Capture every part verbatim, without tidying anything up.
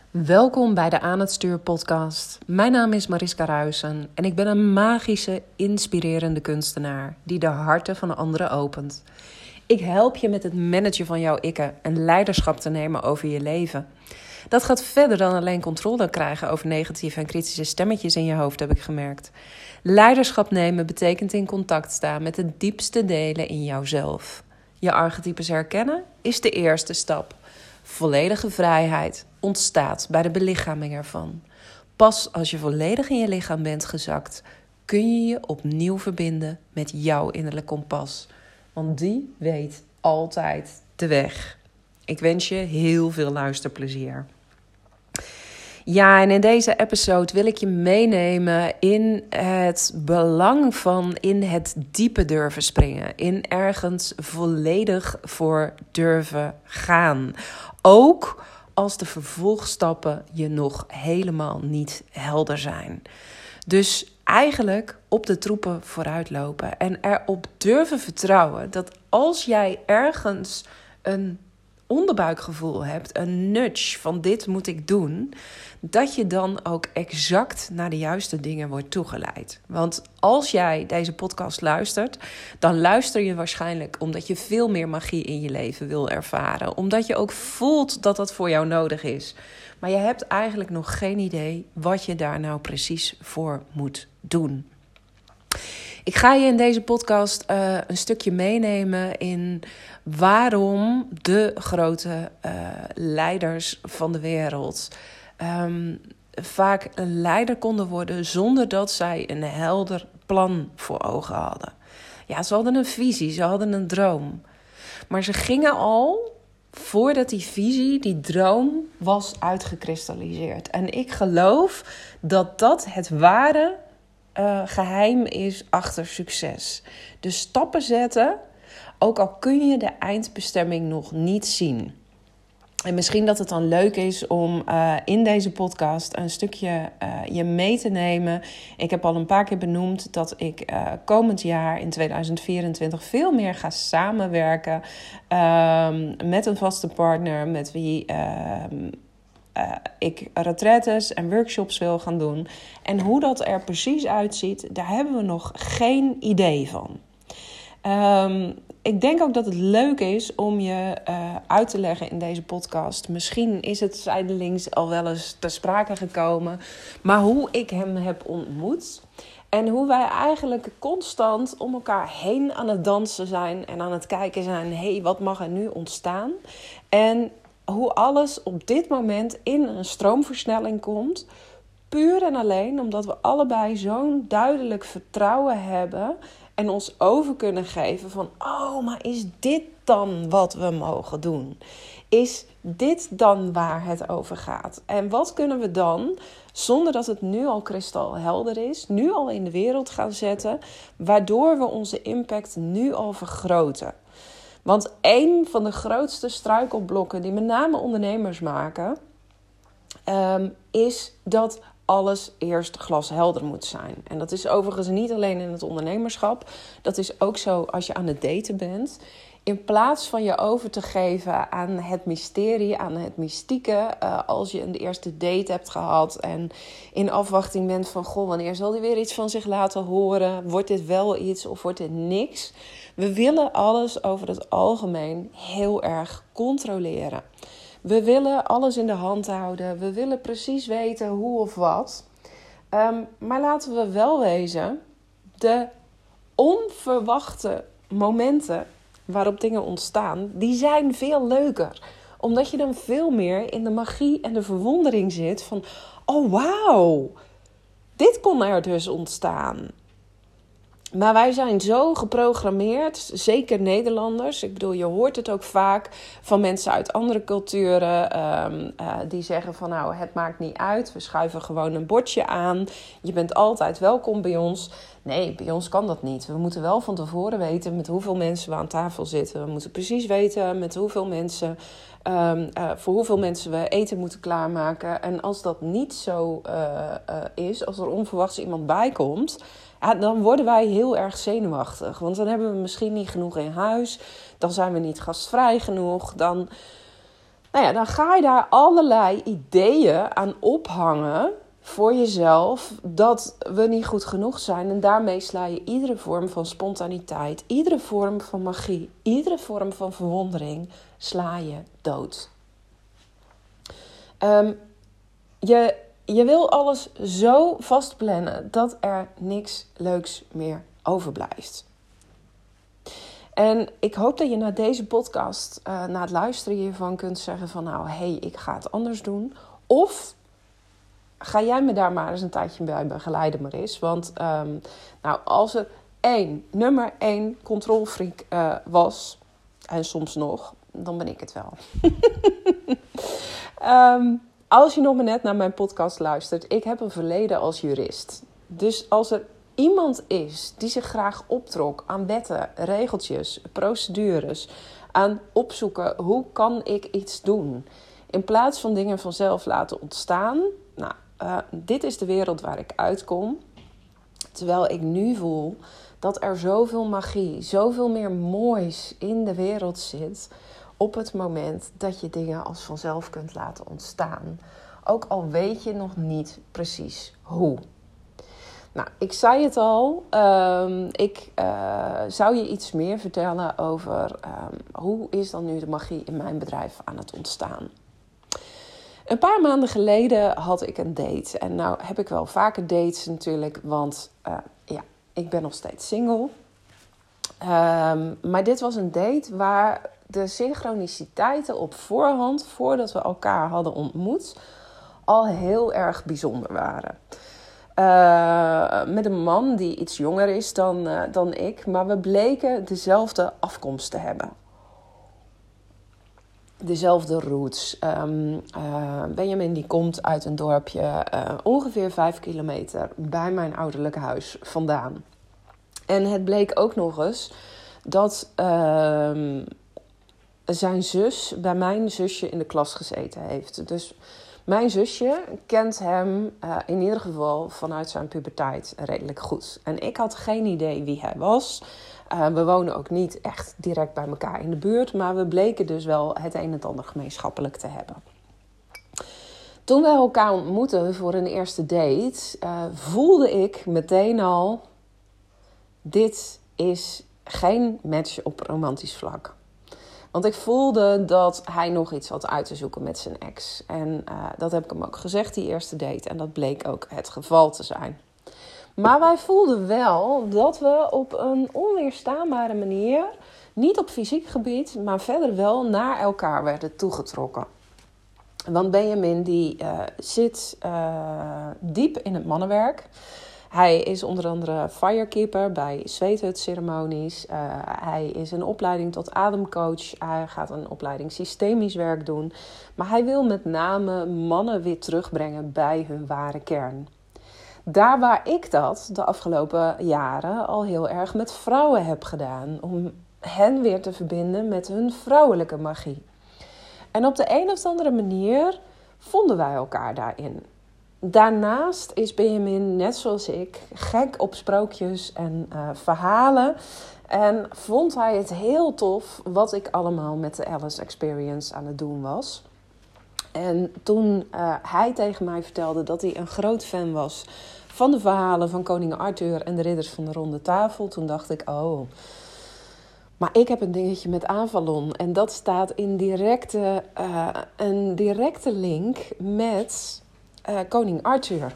Welkom bij de Aan het Stuur podcast. Mijn naam is Mariska Ruijsen en ik ben een magische, inspirerende kunstenaar die de harten van anderen opent. Ik help je met het managen van jouw ikken en leiderschap te nemen over je leven. Dat gaat verder dan alleen controle krijgen over negatieve en kritische stemmetjes in je hoofd, heb ik gemerkt. Leiderschap nemen betekent in contact staan met de diepste delen in jouzelf. Je archetypes herkennen is de eerste stap. Volledige vrijheid ontstaat bij de belichaming ervan. Pas als je volledig in je lichaam bent gezakt, kun je je opnieuw verbinden met jouw innerlijk kompas. Want die weet altijd de weg. Ik wens je heel veel luisterplezier. Ja, en in deze episode wil ik je meenemen in het belang van in het diepe durven springen. In ergens volledig voor durven gaan. Ook als de vervolgstappen je nog helemaal niet helder zijn. Dus eigenlijk op de troepen vooruitlopen en erop durven vertrouwen dat als jij ergens een onderbuikgevoel hebt, een nudge van dit moet ik doen, dat je dan ook exact naar de juiste dingen wordt toegeleid. Want als jij deze podcast luistert, dan luister je waarschijnlijk omdat je veel meer magie in je leven wil ervaren. Omdat je ook voelt dat dat voor jou nodig is. Maar je hebt eigenlijk nog geen idee wat je daar nou precies voor moet doen. Ik ga je in deze podcast uh, een stukje meenemen in waarom de grote uh, leiders van de wereld um, vaak een leider konden worden zonder dat zij een helder plan voor ogen hadden. Ja, ze hadden een visie, ze hadden een droom. Maar ze gingen al voordat die visie, die droom was uitgekristalliseerd. En ik geloof dat dat het ware Uh, geheim is achter succes. Dus stappen zetten, ook al kun je de eindbestemming nog niet zien. En misschien dat het dan leuk is om uh, in deze podcast een stukje uh, je mee te nemen. Ik heb al een paar keer benoemd dat ik uh, komend jaar in tweeduizend vierentwintig veel meer ga samenwerken uh, met een vaste partner met wie Uh, Uh, ik retraites en workshops wil gaan doen. En hoe dat er precies uitziet, daar hebben we nog geen idee van. Um, ik denk ook dat het leuk is om je uh, uit te leggen in deze podcast. Misschien is het zijdelings al wel eens ter sprake gekomen. Maar hoe ik hem heb ontmoet. En hoe wij eigenlijk constant om elkaar heen aan het dansen zijn. En aan het kijken zijn, hé, hey, wat mag er nu ontstaan? En hoe alles op dit moment in een stroomversnelling komt. Puur en alleen omdat we allebei zo'n duidelijk vertrouwen hebben. En ons over kunnen geven van, oh, maar is dit dan wat we mogen doen? Is dit dan waar het over gaat? En wat kunnen we dan, zonder dat het nu al kristalhelder is, nu al in de wereld gaan zetten, waardoor we onze impact nu al vergroten? Want een van de grootste struikelblokken die met name ondernemers maken, um, is dat alles eerst glashelder moet zijn. En dat is overigens niet alleen in het ondernemerschap. Dat is ook zo als je aan het daten bent. In plaats van je over te geven aan het mysterie, aan het mystieke, Uh, als je een eerste date hebt gehad en in afwachting bent van, goh, wanneer zal hij weer iets van zich laten horen? Wordt dit wel iets of wordt dit niks? We willen alles over het algemeen heel erg controleren. We willen alles in de hand houden. We willen precies weten hoe of wat. Um, maar laten we wel wezen, de onverwachte momenten waarop dingen ontstaan, die zijn veel leuker. Omdat je dan veel meer in de magie en de verwondering zit van, oh wauw, dit kon er dus ontstaan. Maar wij zijn zo geprogrammeerd, zeker Nederlanders. Ik bedoel, je hoort het ook vaak van mensen uit andere culturen. Um, uh, die zeggen van, nou, het maakt niet uit. We schuiven gewoon een bordje aan. Je bent altijd welkom bij ons. Nee, bij ons kan dat niet. We moeten wel van tevoren weten met hoeveel mensen we aan tafel zitten. We moeten precies weten met hoeveel mensen, um, uh, voor hoeveel mensen we eten moeten klaarmaken. En als dat niet zo uh, uh, is, als er onverwachts iemand bij komt, ja, dan worden wij heel erg zenuwachtig. Want dan hebben we misschien niet genoeg in huis. Dan zijn we niet gastvrij genoeg. Dan Nou ja, dan ga je daar allerlei ideeën aan ophangen voor jezelf dat we niet goed genoeg zijn. En daarmee sla je iedere vorm van spontaniteit, iedere vorm van magie, iedere vorm van verwondering sla je dood. Um, je, je wil alles zo vastplannen dat er niks leuks meer overblijft. En ik hoop dat je na deze podcast, uh, na het luisteren hiervan, kunt zeggen van nou, hé, hey, ik ga het anders doen. Of ga jij me daar maar eens een tijdje bij begeleiden, Maris. Want um, nou, als er één, nummer één controlfreak uh, was, en soms nog, dan ben ik het wel. um, als je nog maar net naar mijn podcast luistert, ik heb een verleden als jurist. Dus als er iemand is die zich graag optrok aan wetten, regeltjes, procedures, aan opzoeken hoe kan ik iets doen, in plaats van dingen vanzelf laten ontstaan. Nou, uh, dit is de wereld waar ik uitkom. Terwijl ik nu voel dat er zoveel magie, zoveel meer moois in de wereld zit op het moment dat je dingen als vanzelf kunt laten ontstaan. Ook al weet je nog niet precies hoe. Nou, ik zei het al, um, ik uh, zou je iets meer vertellen over um, hoe is dan nu de magie in mijn bedrijf aan het ontstaan. Een paar maanden geleden had ik een date. En nou heb ik wel vaker dates natuurlijk, want uh, ja, ik ben nog steeds single. Um, maar dit was een date waar de synchroniciteiten op voorhand, voordat we elkaar hadden ontmoet, al heel erg bijzonder waren. Uh, met een man die iets jonger is dan, uh, dan ik, maar we bleken dezelfde afkomst te hebben. Dezelfde roots. Um, uh, Benjamin die komt uit een dorpje uh, ongeveer vijf kilometer bij mijn ouderlijk huis vandaan. En het bleek ook nog eens dat uh, zijn zus bij mijn zusje in de klas gezeten heeft. Dus mijn zusje kent hem uh, in ieder geval vanuit zijn puberteit redelijk goed. En ik had geen idee wie hij was. Uh, we wonen ook niet echt direct bij elkaar in de buurt, maar we bleken dus wel het een en het ander gemeenschappelijk te hebben. Toen we elkaar ontmoetten voor een eerste date, uh, voelde ik meteen al, dit is geen match op romantisch vlak. Want ik voelde dat hij nog iets had uit te zoeken met zijn ex. En uh, dat heb ik hem ook gezegd, die eerste date. En dat bleek ook het geval te zijn. Maar wij voelden wel dat we op een onweerstaanbare manier, niet op fysiek gebied, maar verder wel naar elkaar werden toegetrokken. Want Benjamin die uh, zit uh, diep in het mannenwerk. Hij is onder andere firekeeper bij zweethutceremonies. Uh, hij is een opleiding tot ademcoach. Hij gaat een opleiding systemisch werk doen. Maar hij wil met name mannen weer terugbrengen bij hun ware kern. Daar waar ik dat de afgelopen jaren al heel erg met vrouwen heb gedaan. Om hen weer te verbinden met hun vrouwelijke magie. En op de een of andere manier vonden wij elkaar daarin. Daarnaast is Benjamin, net zoals ik, gek op sprookjes en uh, verhalen. En vond hij het heel tof wat ik allemaal met de Alice Experience aan het doen was. En toen uh, hij tegen mij vertelde dat hij een groot fan was van de verhalen van koning Arthur en de ridders van de ronde tafel, toen dacht ik, oh, maar ik heb een dingetje met Avalon. En dat staat in directe, uh, een directe link met uh, koning Arthur.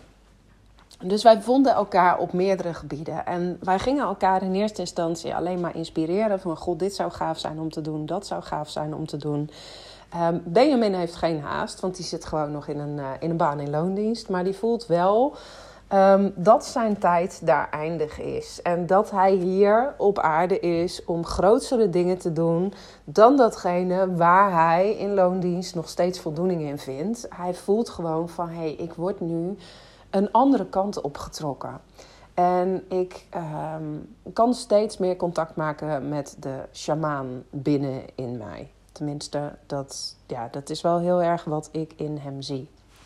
Dus wij vonden elkaar op meerdere gebieden. En wij gingen elkaar in eerste instantie alleen maar inspireren van, god, dit zou gaaf zijn om te doen, dat zou gaaf zijn om te doen. Um, Benjamin heeft geen haast, want die zit gewoon nog in een, uh, in een baan in loondienst. Maar die voelt wel um, dat zijn tijd daar eindig is. En dat hij hier op aarde is om grootsere dingen te doen dan datgene waar hij in loondienst nog steeds voldoening in vindt. Hij voelt gewoon van, hé, hey, ik word nu een andere kant opgetrokken. En ik um, kan steeds meer contact maken met de sjamaan binnen in mij. Tenminste, dat, ja, dat is wel heel erg wat ik in hem zie.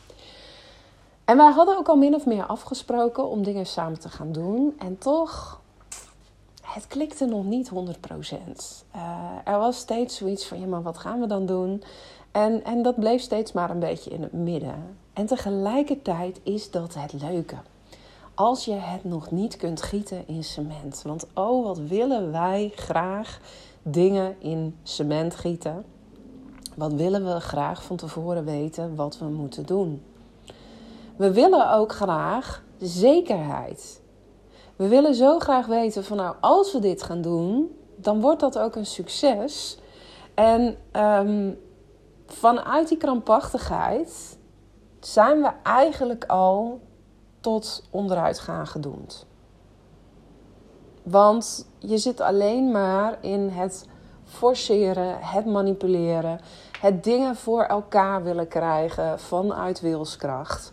En wij hadden ook al min of meer afgesproken om dingen samen te gaan doen. En toch, het klikte nog niet honderd procent. Uh, er was steeds zoiets van, ja, maar wat gaan we dan doen? En, en dat bleef steeds maar een beetje in het midden. En tegelijkertijd is dat het leuke. Als je het nog niet kunt gieten in cement. Want oh, wat willen wij graag dingen in cement gieten. Wat willen we graag van tevoren weten wat we moeten doen. We willen ook graag zekerheid. We willen zo graag weten van nou, als we dit gaan doen, dan wordt dat ook een succes. En um, vanuit die krampachtigheid zijn we eigenlijk al tot onderuit gaan gedoemd. Want je zit alleen maar in het forceren, het manipuleren, het dingen voor elkaar willen krijgen vanuit wilskracht.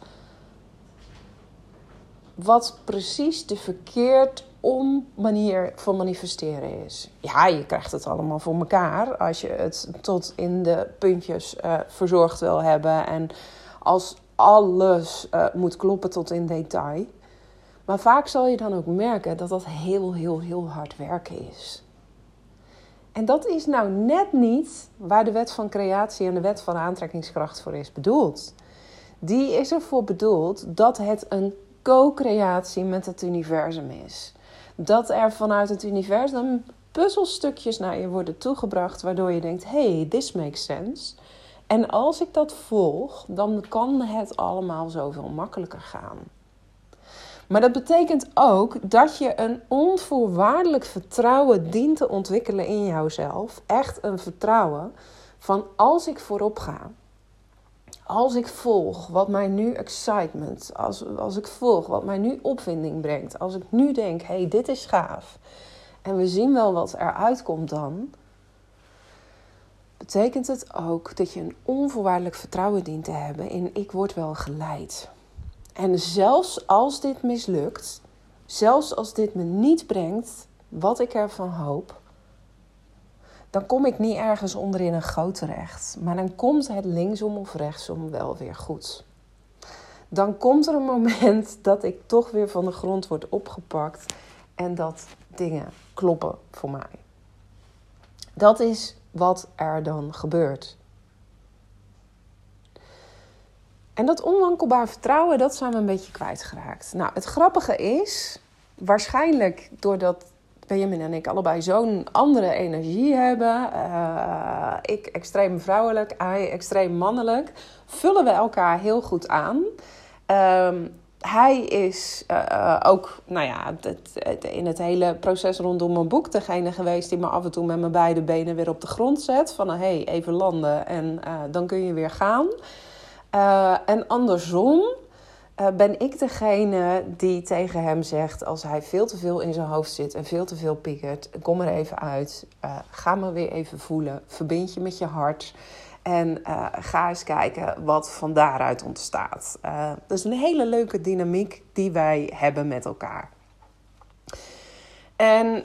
Wat precies de verkeerd om manier van manifesteren is. Ja, je krijgt het allemaal voor elkaar als je het tot in de puntjes uh, verzorgd wil hebben. En als alles uh, moet kloppen tot in detail. Maar vaak zal je dan ook merken dat dat heel, heel, heel hard werken is. En dat is nou net niet waar de wet van creatie en de wet van aantrekkingskracht voor is bedoeld. Die is ervoor bedoeld dat het een co-creatie met het universum is. Dat er vanuit het universum puzzelstukjes naar je worden toegebracht, waardoor je denkt, hey, this makes sense. En als ik dat volg, dan kan het allemaal zoveel makkelijker gaan. Maar dat betekent ook dat je een onvoorwaardelijk vertrouwen dient te ontwikkelen in jouzelf. Echt een vertrouwen van als ik voorop ga. Als ik volg wat mij nu excitement, als, als ik volg wat mij nu opwinding brengt. Als ik nu denk, hé, hey, dit is gaaf. En we zien wel wat eruit komt dan. Betekent het ook dat je een onvoorwaardelijk vertrouwen dient te hebben in ik word wel geleid. En zelfs als dit mislukt, zelfs als dit me niet brengt wat ik ervan hoop, dan kom ik niet ergens onderin een goot terecht. Maar dan komt het linksom of rechtsom wel weer goed. Dan komt er een moment dat ik toch weer van de grond word opgepakt en dat dingen kloppen voor mij. Dat is wat er dan gebeurt. En dat onwankelbaar vertrouwen, dat zijn we een beetje kwijtgeraakt. Nou, het grappige is, waarschijnlijk doordat Benjamin en ik allebei zo'n andere energie hebben, uh, ik extreem vrouwelijk, hij extreem mannelijk, vullen we elkaar heel goed aan. Um, hij is uh, ook, nou ja, het, het, in het hele proces rondom mijn boek degene geweest die me af en toe met mijn beide benen weer op de grond zet. Van, hé, hey, even landen en uh, dan kun je weer gaan. Uh, en andersom uh, ben ik degene die tegen hem zegt, als hij veel te veel in zijn hoofd zit en veel te veel piekert, kom er even uit, uh, ga maar weer even voelen, verbind je met je hart en uh, ga eens kijken wat van daaruit ontstaat. Uh, dat is een hele leuke dynamiek die wij hebben met elkaar. En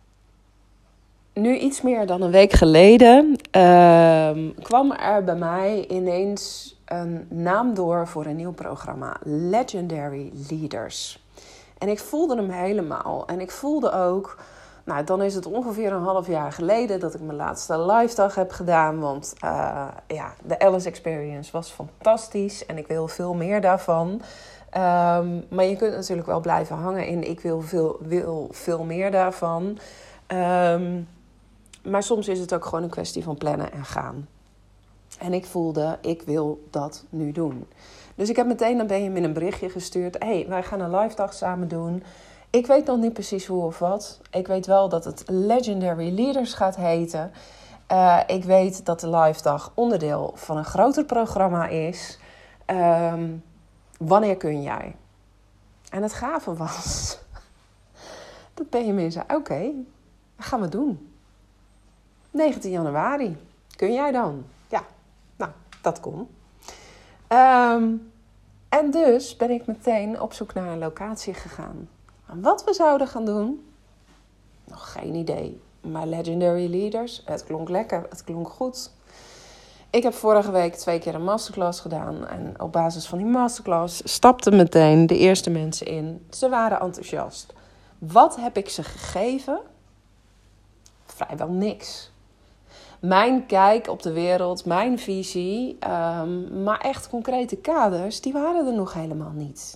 nu iets meer dan een week geleden uh, kwam er bij mij ineens een naam door voor een nieuw programma. Legendary Leaders. En ik voelde hem helemaal. En ik voelde ook, nou dan is het ongeveer een half jaar geleden dat ik mijn laatste live dag heb gedaan. Want uh, ja, de Alice Experience was fantastisch en ik wil veel meer daarvan. Um, maar je kunt natuurlijk wel blijven hangen in ik wil veel, wil veel meer daarvan. Um, maar soms is het ook gewoon een kwestie van plannen en gaan. En ik voelde, ik wil dat nu doen. Dus ik heb meteen aan Benjamin een berichtje gestuurd. Hé, hey, wij gaan een live dag samen doen. Ik weet nog niet precies hoe of wat. Ik weet wel dat het Legendary Leaders gaat heten. Uh, ik weet dat de live dag onderdeel van een groter programma is. Um, wanneer kun jij? En het gave was dat Benjamin zei, oké, okay, gaan we doen. negentien januari, kun jij dan? Ja, nou, dat kon. Um, en dus ben ik meteen op zoek naar een locatie gegaan. En wat we zouden gaan doen? Nog geen idee. Maar Legendary Leaders, het klonk lekker, het klonk goed. Ik heb vorige week twee keer een masterclass gedaan. En op basis van die masterclass stapten meteen de eerste mensen in. Ze waren enthousiast. Wat heb ik ze gegeven? Vrijwel niks. mijn kijk op de wereld, mijn visie, um, maar echt concrete kaders, die waren er nog helemaal niet.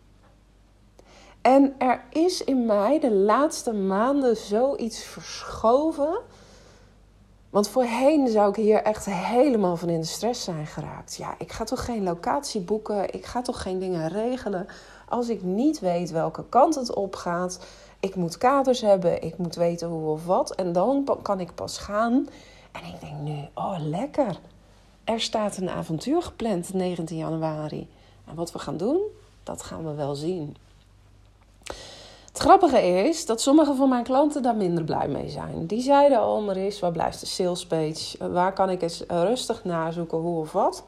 En er is in mij de laatste maanden zoiets verschoven. Want voorheen zou ik hier echt helemaal van in de stress zijn geraakt. Ja, ik ga toch geen locatie boeken, ik ga toch geen dingen regelen als ik niet weet welke kant het op gaat. Ik moet kaders hebben, ik moet weten hoe of wat. En dan kan ik pas gaan. En ik denk nu, oh lekker. Er staat een avontuur gepland negentien januari. En wat we gaan doen, dat gaan we wel zien. Het grappige is dat sommige van mijn klanten daar minder blij mee zijn. Die zeiden al, Maris, waar blijft de sales page? Waar kan ik eens rustig nazoeken hoe of wat?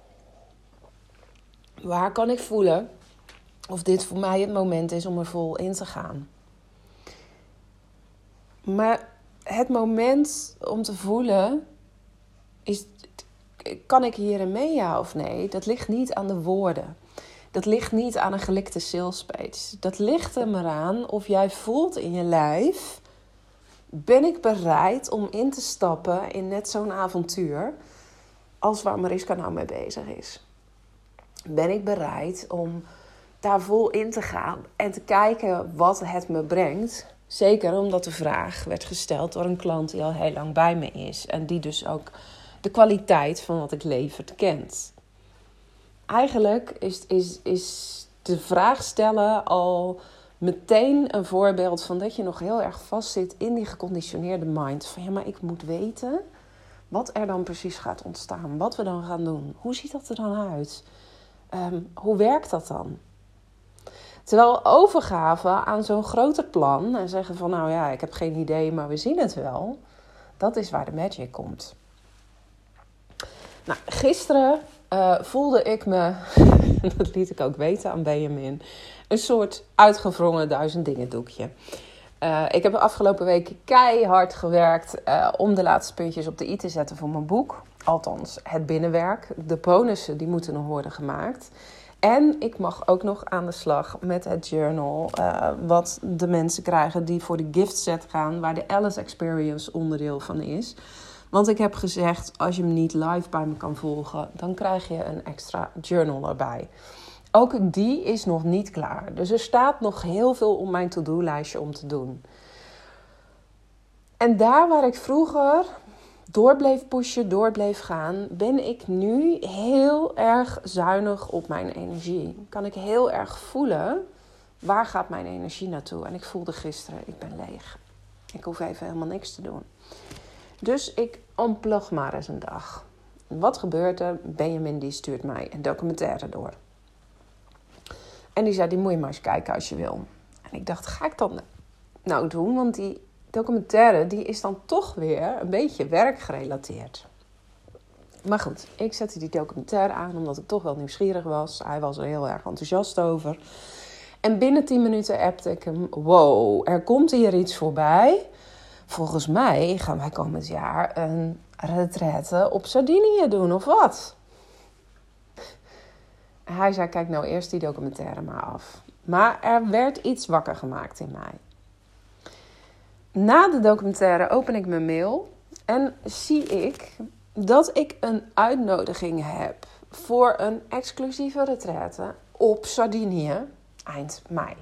Waar kan ik voelen of dit voor mij het moment is om er vol in te gaan? Maar het moment om te voelen, is, kan ik hierin mee ja of nee? Dat ligt niet aan de woorden. Dat ligt niet aan een gelikte sales page. Dat ligt er maar aan of jij voelt in je lijf, ben ik bereid om in te stappen in net zo'n avontuur als waar Mariska nou mee bezig is. Ben ik bereid om daar vol in te gaan en te kijken wat het me brengt. Zeker omdat de vraag werd gesteld door een klant die al heel lang bij me is. En die dus ook de kwaliteit van wat ik lever kent. Eigenlijk is, is, is de vraag stellen al meteen een voorbeeld van dat je nog heel erg vastzit in die geconditioneerde mind. Van ja, maar ik moet weten wat er dan precies gaat ontstaan. Wat we dan gaan doen. Hoe ziet dat er dan uit? Um, hoe werkt dat dan? Terwijl overgave aan zo'n groter plan en zeggen van nou ja, ik heb geen idee, maar we zien het wel. Dat is waar de magic komt. Nou, gisteren uh, voelde ik me, dat liet ik ook weten aan Benjamin, een soort uitgewrongen duizend dingen doekje. Uh, ik heb de afgelopen weken keihard gewerkt uh, om de laatste puntjes op de i te zetten voor mijn boek. Althans, het binnenwerk. De bonussen die moeten nog worden gemaakt. En ik mag ook nog aan de slag met het journal. Uh, wat de mensen krijgen die voor de gift set gaan. Waar de Alice Experience onderdeel van is. Want ik heb gezegd, als je hem niet live bij me kan volgen, dan krijg je een extra journal erbij. Ook die is nog niet klaar. Dus er staat nog heel veel op mijn to-do-lijstje om te doen. En daar waar ik vroeger door bleef pushen, door bleef gaan, ben ik nu heel erg zuinig op mijn energie. Kan ik heel erg voelen, waar gaat mijn energie naartoe? En ik voelde gisteren, ik ben leeg. Ik hoef even helemaal niks te doen. Dus ik unplug maar eens een dag. Wat gebeurt er? Benjamin die stuurt mij een documentaire door. En die zei, die moet je maar eens kijken als je wil. En ik dacht, ga ik dat nou doen? Want die documentaire die is dan toch weer een beetje werkgerelateerd. Maar goed, ik zette die documentaire aan omdat ik toch wel nieuwsgierig was. Hij was er heel erg enthousiast over. En binnen tien minuten appte ik hem, wow, er komt hier iets voorbij. Volgens mij gaan wij komend jaar een retraite op Sardinië doen, of wat? Hij zei, kijk nou eerst die documentaire maar af. Maar er werd iets wakker gemaakt in mij. Na de documentaire open ik mijn mail en zie ik dat ik een uitnodiging heb voor een exclusieve retraite op Sardinië eind mei.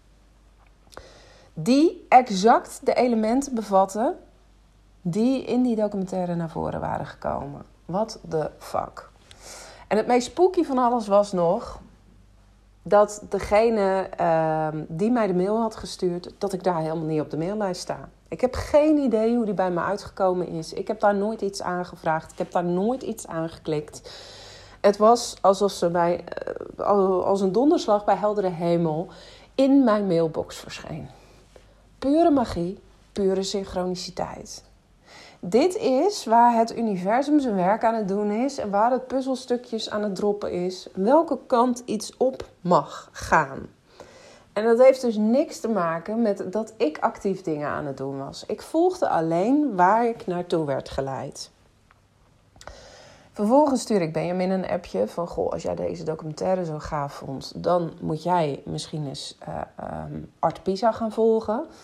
Die exact de elementen bevatten die in die documentaire naar voren waren gekomen. What the fuck? En het meest spooky van alles was nog dat degene uh, die mij de mail had gestuurd, dat ik daar helemaal niet op de maillijst sta. Ik heb geen idee hoe die bij me uitgekomen is. Ik heb daar nooit iets aangevraagd. Ik heb daar nooit iets aangeklikt. Het was alsof ze mij uh, als een donderslag bij heldere hemel in mijn mailbox verscheen. Pure magie, pure synchroniciteit. Dit is waar het universum zijn werk aan het doen is en waar het puzzelstukjes aan het droppen is. Welke kant iets op mag gaan. En dat heeft dus niks te maken met dat ik actief dingen aan het doen was. Ik volgde alleen waar ik naartoe werd geleid. Vervolgens stuur ik Benjamin een appje van, goh, als jij deze documentaire zo gaaf vond, dan moet jij misschien eens uh, um, Art Pisa gaan volgen.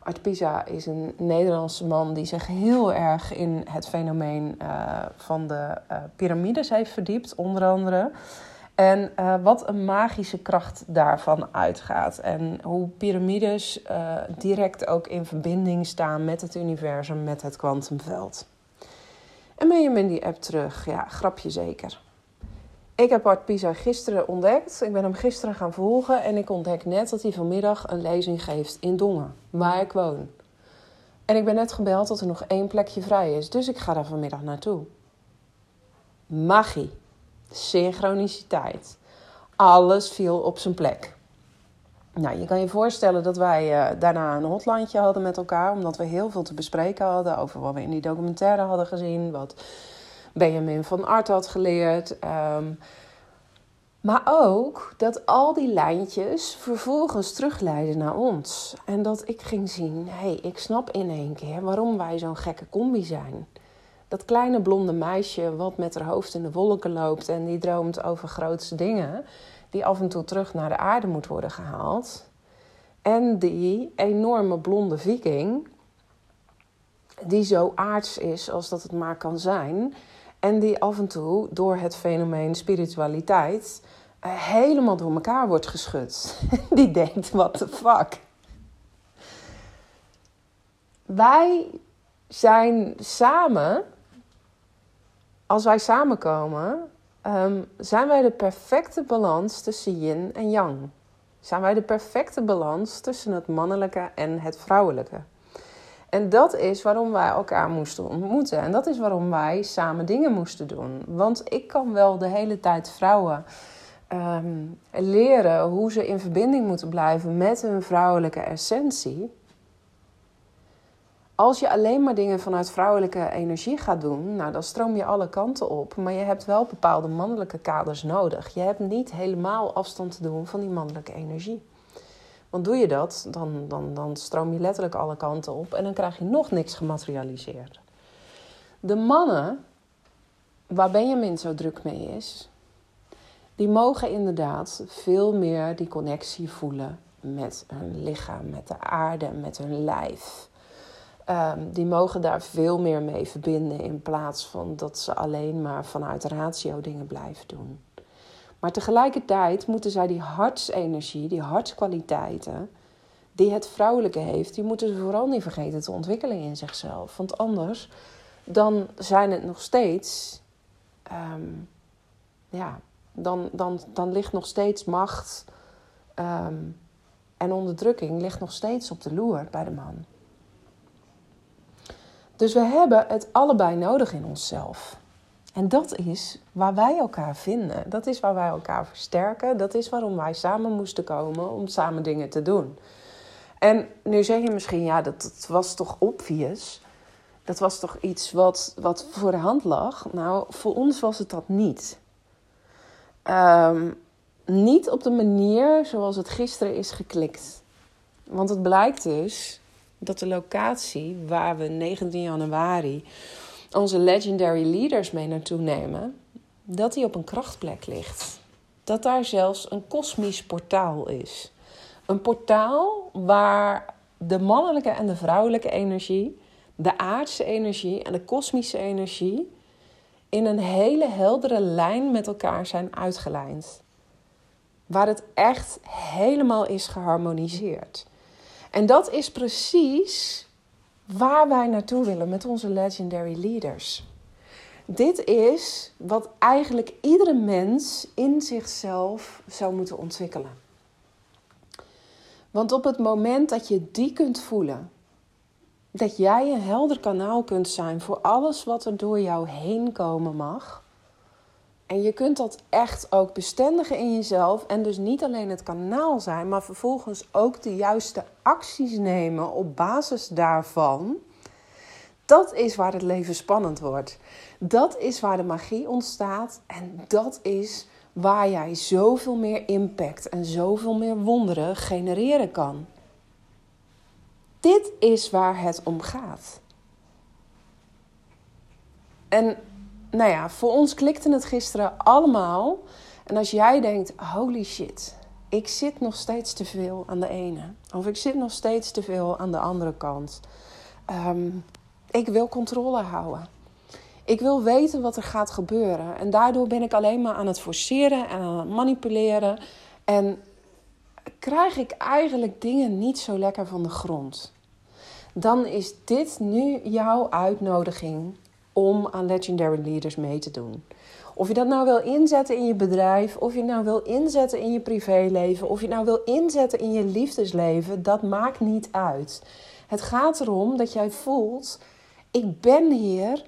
Art Pisa is een Nederlandse man die zich heel erg in het fenomeen uh, van de uh, piramides heeft verdiept, onder andere. En uh, wat een magische kracht daarvan uitgaat. En hoe piramides uh, direct ook in verbinding staan met het universum, met het kwantumveld. En ben je hem in die app terug? Ja, grapje zeker. Ik heb Art Pisa gisteren ontdekt. Ik ben hem gisteren gaan volgen. En ik ontdek net dat hij vanmiddag een lezing geeft in Dongen, waar ik woon. En ik ben net gebeld dat er nog één plekje vrij is. Dus ik ga daar vanmiddag naartoe. Magie. Synchroniciteit. Alles viel op zijn plek. Nou, je kan je voorstellen dat wij uh, daarna een hotlandje hadden met elkaar. Omdat we heel veel te bespreken hadden over wat we in die documentaire hadden gezien. Wat Benjamin van Art had geleerd. Um, maar ook dat al die lijntjes vervolgens terugleiden naar ons. En dat ik ging zien, hé, hey, ik snap in één keer waarom wij zo'n gekke combi zijn. Dat kleine blonde meisje wat met haar hoofd in de wolken loopt en die droomt over grootste dingen, die af en toe terug naar de aarde moet worden gehaald. En die enorme blonde viking, die zo aards is als dat het maar kan zijn, en die af en toe door het fenomeen spiritualiteit uh, helemaal door elkaar wordt geschud. Die denkt, what the fuck? Wij zijn samen, als wij samenkomen, um, zijn wij de perfecte balans tussen yin en yang. Zijn wij de perfecte balans tussen het mannelijke en het vrouwelijke. En dat is waarom wij elkaar moesten ontmoeten. En dat is waarom wij samen dingen moesten doen. Want ik kan wel de hele tijd vrouwen um, leren hoe ze in verbinding moeten blijven met hun vrouwelijke essentie. Als je alleen maar dingen vanuit vrouwelijke energie gaat doen, nou, dan stroom je alle kanten op. Maar je hebt wel bepaalde mannelijke kaders nodig. Je hebt niet helemaal afstand te doen van die mannelijke energie. Want doe je dat, dan, dan, dan stroom je letterlijk alle kanten op en dan krijg je nog niks gematerialiseerd. De mannen, waar Benjamin zo druk mee is, die mogen inderdaad veel meer die connectie voelen met hun lichaam, met de aarde, met hun lijf. Um, die mogen daar veel meer mee verbinden in plaats van dat ze alleen maar vanuit ratio dingen blijven doen. Maar tegelijkertijd moeten zij die hartsenergie, die hartskwaliteiten die het vrouwelijke heeft, die moeten ze vooral niet vergeten te ontwikkelen in zichzelf. Want anders dan zijn het nog steeds, um, ja, dan, dan, dan ligt nog steeds macht um, en onderdrukking ligt nog steeds op de loer bij de man. Dus we hebben het allebei nodig in onszelf. En dat is waar wij elkaar vinden. Dat is waar wij elkaar versterken. Dat is waarom wij samen moesten komen om samen dingen te doen. En nu zeg je misschien, ja, dat, dat was toch obvious. Dat was toch iets wat, wat voor de hand lag. Nou, voor ons was het dat niet. Um, niet op de manier zoals het gisteren is geklikt. Want het blijkt dus dat de locatie waar we negentien januari onze legendary leaders mee naartoe nemen, dat die op een krachtplek ligt. Dat daar zelfs een kosmisch portaal is. Een portaal waar de mannelijke en de vrouwelijke energie, de aardse energie en de kosmische energie in een hele heldere lijn met elkaar zijn uitgelijnd. Waar het echt helemaal is geharmoniseerd. En dat is precies waar wij naartoe willen met onze legendary leaders. Dit is wat eigenlijk iedere mens in zichzelf zou moeten ontwikkelen. Want op het moment dat je die kunt voelen, dat jij een helder kanaal kunt zijn voor alles wat er door jou heen komen mag, en je kunt dat echt ook bestendigen in jezelf en dus niet alleen het kanaal zijn, maar vervolgens ook de juiste acties nemen op basis daarvan. Dat is waar het leven spannend wordt. Dat is waar de magie ontstaat en dat is waar jij zoveel meer impact en zoveel meer wonderen genereren kan. Dit is waar het om gaat. En nou ja, voor ons klikte het gisteren allemaal. En als jij denkt, holy shit, ik zit nog steeds te veel aan de ene. Of ik zit nog steeds te veel aan de andere kant. Um, ik wil controle houden. Ik wil weten wat er gaat gebeuren. En daardoor ben ik alleen maar aan het forceren en aan het manipuleren. En krijg ik eigenlijk dingen niet zo lekker van de grond. Dan is dit nu jouw uitnodiging om aan Legendary Leaders mee te doen. Of je dat nou wil inzetten in je bedrijf, of je nou wil inzetten in je privéleven, of je nou wil inzetten in je liefdesleven, dat maakt niet uit. Het gaat erom dat jij voelt, ik ben hier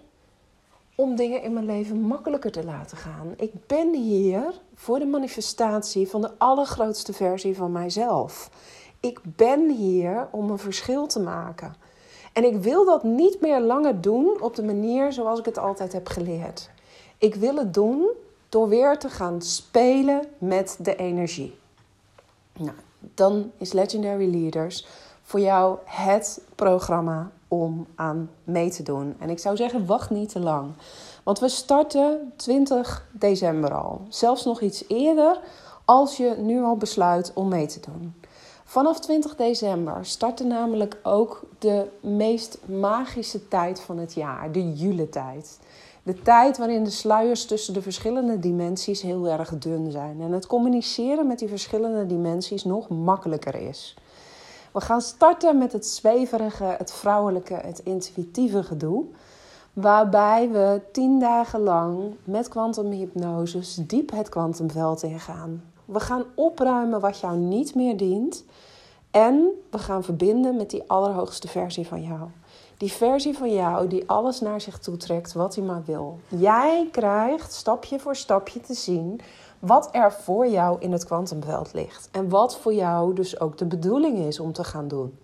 om dingen in mijn leven makkelijker te laten gaan. Ik ben hier voor de manifestatie van de allergrootste versie van mijzelf. Ik ben hier om een verschil te maken. En ik wil dat niet meer langer doen op de manier zoals ik het altijd heb geleerd. Ik wil het doen door weer te gaan spelen met de energie. Nou, dan is Legendary Leaders voor jou het programma om aan mee te doen. En ik zou zeggen, wacht niet te lang. Want we starten twintig december al. Zelfs nog iets eerder als je nu al besluit om mee te doen. Vanaf twintig december startte namelijk ook de meest magische tijd van het jaar, de Juletijd. De tijd waarin de sluiers tussen de verschillende dimensies heel erg dun zijn. En het communiceren met die verschillende dimensies nog makkelijker is. We gaan starten met het zweverige, het vrouwelijke, het intuïtieve gedoe. Waarbij we tien dagen lang met kwantumhypnoses diep het kwantumveld ingaan. We gaan opruimen wat jou niet meer dient. En we gaan verbinden met die allerhoogste versie van jou. Die versie van jou die alles naar zich toe trekt wat hij maar wil. Jij krijgt stapje voor stapje te zien wat er voor jou in het kwantumveld ligt. En wat voor jou dus ook de bedoeling is om te gaan doen.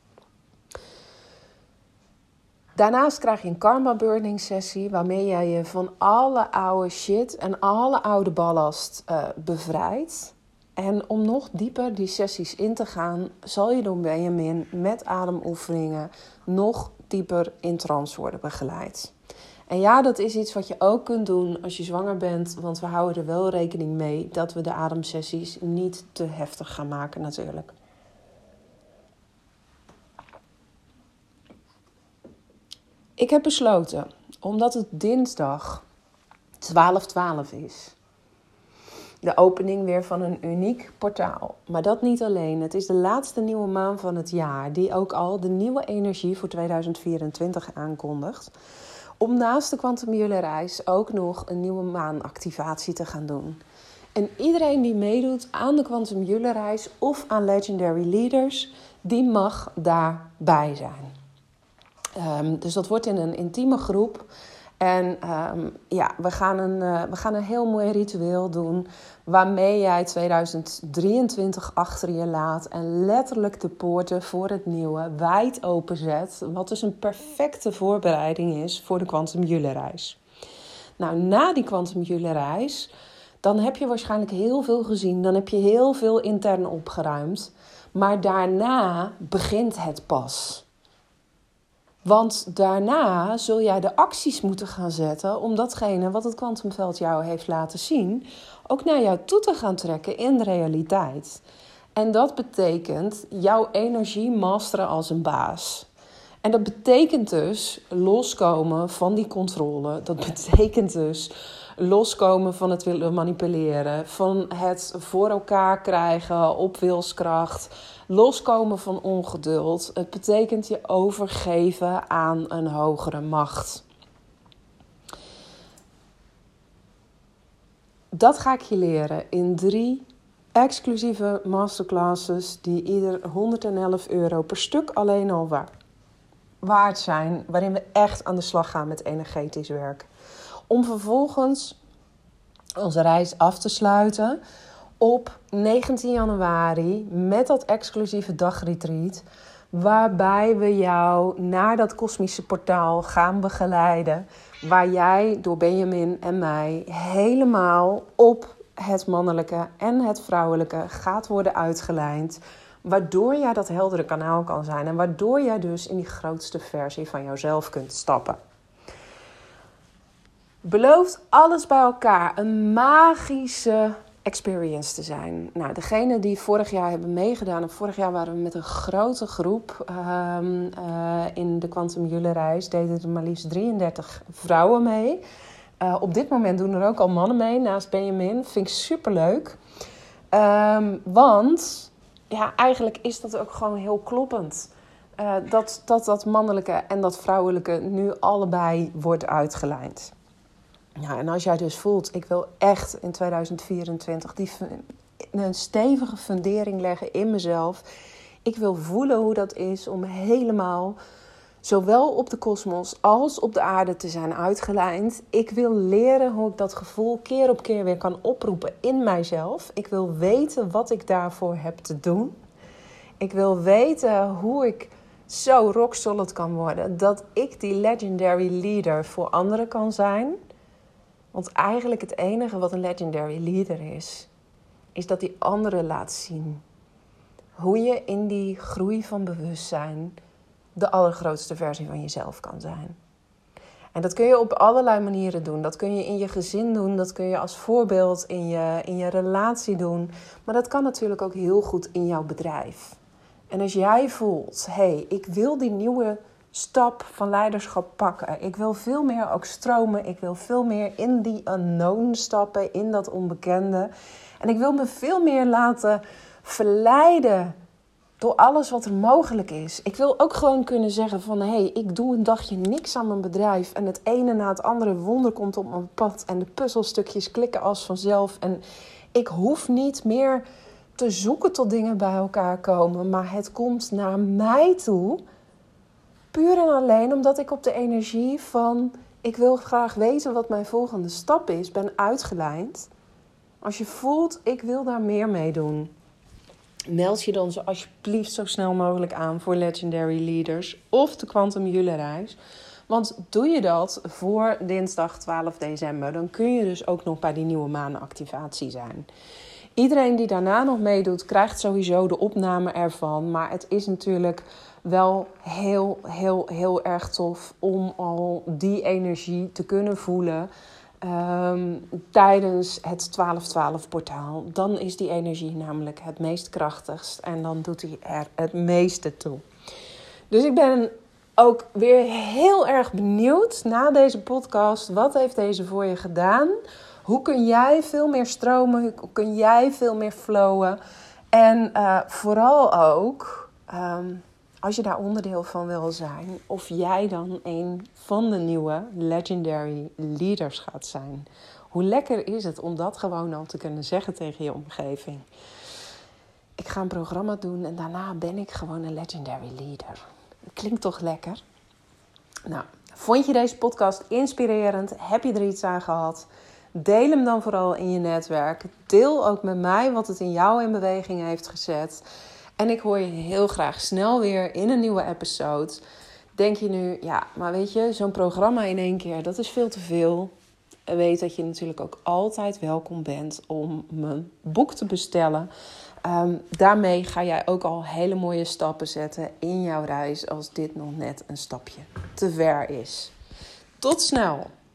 Daarnaast krijg je een karma burning sessie waarmee jij je van alle oude shit en alle oude ballast uh, bevrijdt. En om nog dieper die sessies in te gaan, zal je door Benjamin met ademoefeningen nog dieper in trance worden begeleid. En ja, dat is iets wat je ook kunt doen als je zwanger bent, want we houden er wel rekening mee dat we de ademsessies niet te heftig gaan maken natuurlijk. Ik heb besloten, omdat het dinsdag twaalf twaalf is, de opening weer van een uniek portaal. Maar dat niet alleen. Het is de laatste nieuwe maan van het jaar, die ook al de nieuwe energie voor tweeduizend vierentwintig aankondigt. Om naast de kwantumjulereis ook nog een nieuwe maanactivatie te gaan doen. En iedereen die meedoet aan de kwantumjulereis of aan Legendary Leaders, die mag daarbij zijn. Um, dus dat wordt in een intieme groep. En um, ja, we gaan, een, uh, we gaan een heel mooi ritueel doen waarmee jij tweeduizend drieëntwintig achter je laat en letterlijk de poorten voor het nieuwe wijd openzet. Wat dus een perfecte voorbereiding is voor de kwantumjulereis. Nou, na die kwantumjulereis, dan heb je waarschijnlijk heel veel gezien. Dan heb je heel veel intern opgeruimd. Maar daarna begint het pas. Want daarna zul jij de acties moeten gaan zetten om datgene wat het kwantumveld jou heeft laten zien ook naar jou toe te gaan trekken in de realiteit. En dat betekent jouw energie masteren als een baas. En dat betekent dus loskomen van die controle. Dat betekent dus loskomen van het willen manipuleren, van het voor elkaar krijgen op wilskracht, loskomen van ongeduld. Het betekent je overgeven aan een hogere macht. Dat ga ik je leren in drie exclusieve masterclasses die ieder honderdelf euro per stuk alleen al waard zijn, waarin we echt aan de slag gaan met energetisch werk. Om vervolgens onze reis af te sluiten op negentien januari met dat exclusieve dagretreat, waarbij we jou naar dat kosmische portaal gaan begeleiden, waar jij door Benjamin en mij helemaal op het mannelijke en het vrouwelijke gaat worden uitgelijnd, waardoor jij dat heldere kanaal kan zijn en waardoor jij dus in die grootste versie van jouzelf kunt stappen. Belooft alles bij elkaar een magische experience te zijn. Nou, degene die vorig jaar hebben meegedaan, en vorig jaar waren we met een grote groep um, uh, in de Quantum Jule reis, deden er maar liefst drieëndertig vrouwen mee. Uh, op dit moment doen er ook al mannen mee, naast Benjamin. Vind ik superleuk. Um, want ja, eigenlijk is dat ook gewoon heel kloppend. Uh, dat, dat dat mannelijke en dat vrouwelijke nu allebei wordt uitgelijnd. Ja, en als jij dus voelt, ik wil echt in tweeduizend vierentwintig die, een stevige fundering leggen in mezelf. Ik wil voelen hoe dat is om helemaal, zowel op de kosmos als op de aarde te zijn uitgelijnd. Ik wil leren hoe ik dat gevoel keer op keer weer kan oproepen in mijzelf. Ik wil weten wat ik daarvoor heb te doen. Ik wil weten hoe ik zo rock solid kan worden. Dat ik die legendary leader voor anderen kan zijn. Want eigenlijk het enige wat een legendary leader is, is dat die anderen laat zien hoe je in die groei van bewustzijn de allergrootste versie van jezelf kan zijn. En dat kun je op allerlei manieren doen. Dat kun je in je gezin doen, dat kun je als voorbeeld in je, in je relatie doen. Maar dat kan natuurlijk ook heel goed in jouw bedrijf. En als jij voelt, hé, hey, ik wil die nieuwe stap van leiderschap pakken. Ik wil veel meer ook stromen. Ik wil veel meer in die unknown stappen, in dat onbekende. En ik wil me veel meer laten verleiden door alles wat er mogelijk is. Ik wil ook gewoon kunnen zeggen van, hé, hey, ik doe een dagje niks aan mijn bedrijf. En het ene na het andere wonder komt op mijn pad. En de puzzelstukjes klikken als vanzelf. En ik hoef niet meer te zoeken tot dingen bij elkaar komen. Maar het komt naar mij toe. Puur en alleen omdat ik op de energie van, ik wil graag weten wat mijn volgende stap is, ben uitgelijnd. Als je voelt, ik wil daar meer mee doen, meld je dan zo alsjeblieft zo snel mogelijk aan voor Legendary Leaders of de Quantum Jule reis. Want doe je dat voor dinsdag twaalf december, dan kun je dus ook nog bij die nieuwe maanactivatie zijn. Iedereen die daarna nog meedoet, krijgt sowieso de opname ervan. Maar het is natuurlijk wel heel, heel, heel erg tof om al die energie te kunnen voelen um, tijdens het twaalf twaalf portaal. Dan is die energie namelijk het meest krachtigst en dan doet hij er het meeste toe. Dus ik ben ook weer heel erg benieuwd na deze podcast. Wat heeft deze voor je gedaan? Hoe kun jij veel meer stromen? Hoe kun jij veel meer flowen? En uh, vooral ook, um, als je daar onderdeel van wil zijn, of jij dan een van de nieuwe legendary leaders gaat zijn. Hoe lekker is het om dat gewoon al te kunnen zeggen tegen je omgeving? Ik ga een programma doen en daarna ben ik gewoon een legendary leader. Klinkt toch lekker? Nou, vond je deze podcast inspirerend? Heb je er iets aan gehad? Deel hem dan vooral in je netwerk. Deel ook met mij wat het in jou in beweging heeft gezet. En ik hoor je heel graag snel weer in een nieuwe episode. Denk je nu, ja, maar weet je, zo'n programma in één keer, dat is veel te veel. Weet dat je natuurlijk ook altijd welkom bent om mijn boek te bestellen. Um, daarmee ga jij ook al hele mooie stappen zetten in jouw reis als dit nog net een stapje te ver is. Tot snel!